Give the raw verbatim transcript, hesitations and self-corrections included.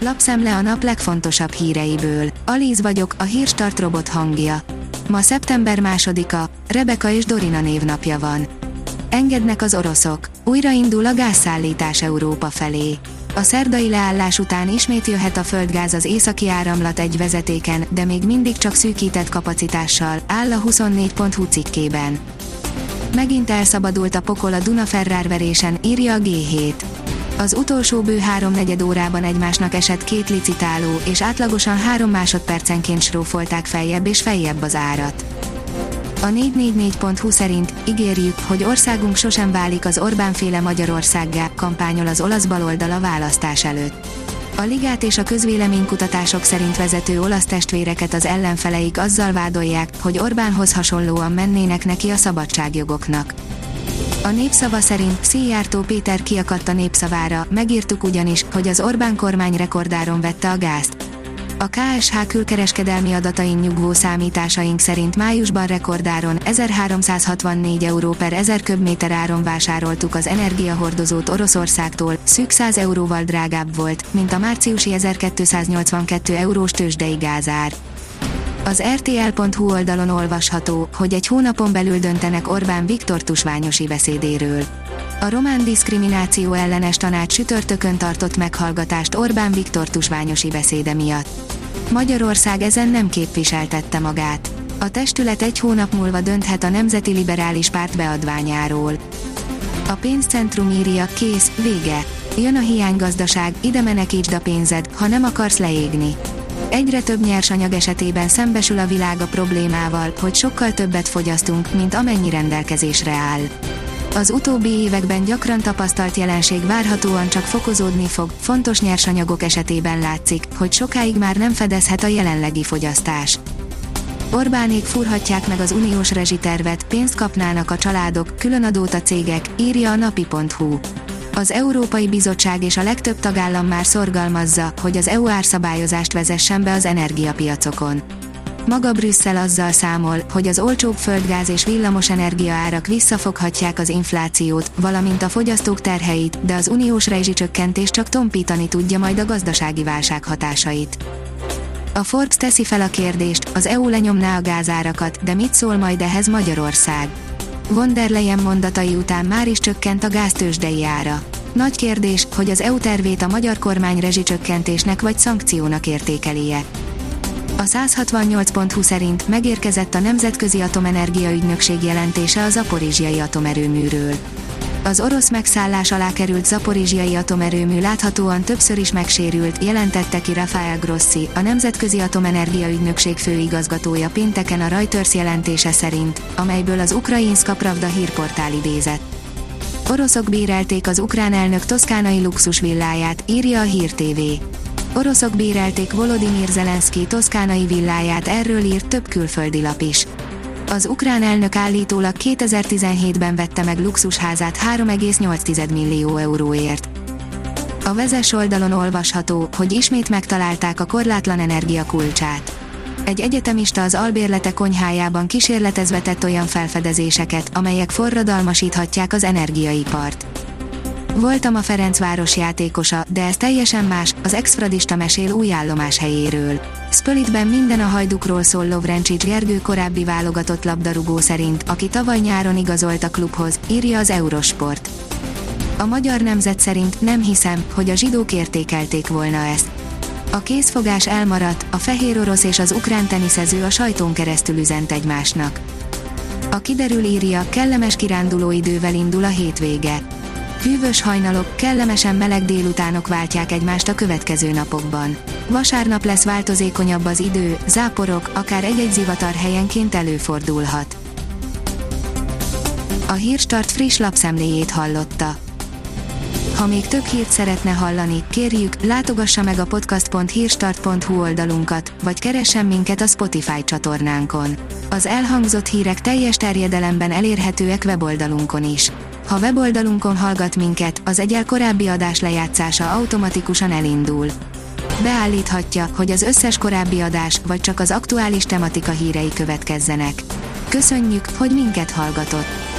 Lapszemle a nap legfontosabb híreiből. Alíz vagyok, a Hírstart robot hangja. Ma szeptember másodika, Rebeka és Dorina névnapja van. Engednek az oroszok. Újraindul a gázszállítás Európa felé. A szerdai leállás után ismét jöhet a földgáz az északi áramlat egy vezetéken, de még mindig csak szűkített kapacitással, áll a huszonnégy pont hu cikkében. Megint elszabadult a pokol a Dunaferrár-verésen, írja a gé hét. Az utolsó bő háromnegyed órában egymásnak esett két licitáló, és átlagosan három másodpercenként srófolták feljebb és feljebb az árat. A négy négy négy pont hu szerint ígérjük, hogy országunk sosem válik az Orbán-féle Magyarországgá, kampányol az olasz baloldal a választás előtt. A Ligát és a közvéleménykutatások szerint vezető olasz testvéreket az ellenfeleik azzal vádolják, hogy Orbánhoz hasonlóan mennének neki a szabadságjogoknak. A Népszava szerint Szijjártó Péter kiakadt a Népszavára, megírtuk ugyanis, hogy az Orbán kormány rekordáron vette a gázt. A ká es há külkereskedelmi adatain nyugvó számításaink szerint májusban rekordáron ezerháromszázhatvannégy euró per ezer köbméter áron vásároltuk az energiahordozót Oroszországtól, szűk száz euróval drágább volt, mint a márciusi ezerkétszáznyolcvankettő eurós tőzsdei gázár. Az er té el pont hu oldalon olvasható, hogy egy hónapon belül döntenek Orbán Viktor tusványosi beszédéről. A román diszkrimináció ellenes tanács csütörtökön tartott meghallgatást Orbán Viktor tusványosi beszéde miatt. Magyarország ezen nem képviseltette magát. A testület egy hónap múlva dönthet a Nemzeti Liberális Párt beadványáról. A pénzcentrum írja, kész, vége. Jön a hiánygazdaság, ide menekítsd a pénzed, ha nem akarsz leégni. Egyre több nyersanyag esetében szembesül a világ a problémával, hogy sokkal többet fogyasztunk, mint amennyi rendelkezésre áll. Az utóbbi években gyakran tapasztalt jelenség várhatóan csak fokozódni fog, fontos nyersanyagok esetében látszik, hogy sokáig már nem fedezhet a jelenlegi fogyasztás. Orbánék fúrhatják meg az uniós rezsitervet, pénzt kapnának a családok, különadót a cégek, írja a napi pont hu. Az Európai Bizottság és a legtöbb tagállam már szorgalmazza, hogy az é u árszabályozást vezessen be az energiapiacokon. Maga Brüsszel azzal számol, hogy az olcsóbb földgáz és villamosenergia árak visszafoghatják az inflációt, valamint a fogyasztók terheit, de az uniós rezsicsökkentés csak tompítani tudja majd a gazdasági válság hatásait. A Forbes teszi fel a kérdést, az é u lenyomná a gázárakat, de mit szól majd ehhez Magyarország? Von der Leyen mondatai után már is csökkent a gáztőzsdei ára. Nagy kérdés, hogy az é u tervét a magyar kormány rezsicsökkentésnek vagy szankciónak értékelje. A száz hatvannyolc pont hu szerint megérkezett a Nemzetközi Atomenergia Ügynökség jelentése a zaporizsjai atomerőműről. Az orosz megszállás alá került zaporizsjai atomerőmű láthatóan többször is megsérült, jelentette ki Rafael Grossi, a Nemzetközi Atomenergia Ügynökség főigazgatója pénteken a Reuters jelentése szerint, amelyből az Ukrajinszka Pravda hírportál idézett. Oroszok bérelték az ukrán elnök toszkánai luxusvilláját, írja a Hír té vé. Oroszok bérelték Volodymyr Zelenszky toszkánai villáját, erről írt több külföldi lap is. Az ukrán elnök állítólag kétezer-tizenhétben vette meg luxusházát három egész nyolc millió euróért. A Vezes oldalon olvasható, hogy ismét megtalálták a korlátlan energia kulcsát. Egy egyetemista az albérlete konyhájában kísérletezve tett olyan felfedezéseket, amelyek forradalmasíthatják az energiaipart. Voltam a Ferencváros játékosa, de ez teljesen más, az ex-fradista mesél új állomáshelyéről. Splitben minden a Hajdukról szól Lovrencsics Gergő korábbi válogatott labdarúgó szerint, aki tavaly nyáron igazolt a klubhoz, írja az Eurosport. A Magyar Nemzet szerint nem hiszem, hogy a zsidók értékelték volna ezt. A készfogás elmaradt, a fehér orosz és az ukrán teniszező a sajtón keresztül üzent egymásnak. A Kiderül írja, kellemes kirándulóidővel indul a hétvége. Hűvös hajnalok, kellemesen meleg délutánok váltják egymást a következő napokban. Vasárnap lesz változékonyabb az idő, záporok, akár egy-egy zivatar helyenként előfordulhat. A Hírstart friss lapszemléjét hallotta. Ha még több hírt szeretne hallani, kérjük, látogassa meg a podcast pont hírstart pont hu oldalunkat, vagy keressen minket a Spotify csatornánkon. Az elhangzott hírek teljes terjedelemben elérhetőek weboldalunkon is. Ha weboldalunkon hallgat minket, az egyel korábbi adás lejátszása automatikusan elindul. Beállíthatja, hogy az összes korábbi adás, vagy csak az aktuális tematika hírei következzenek. Köszönjük, hogy minket hallgatott!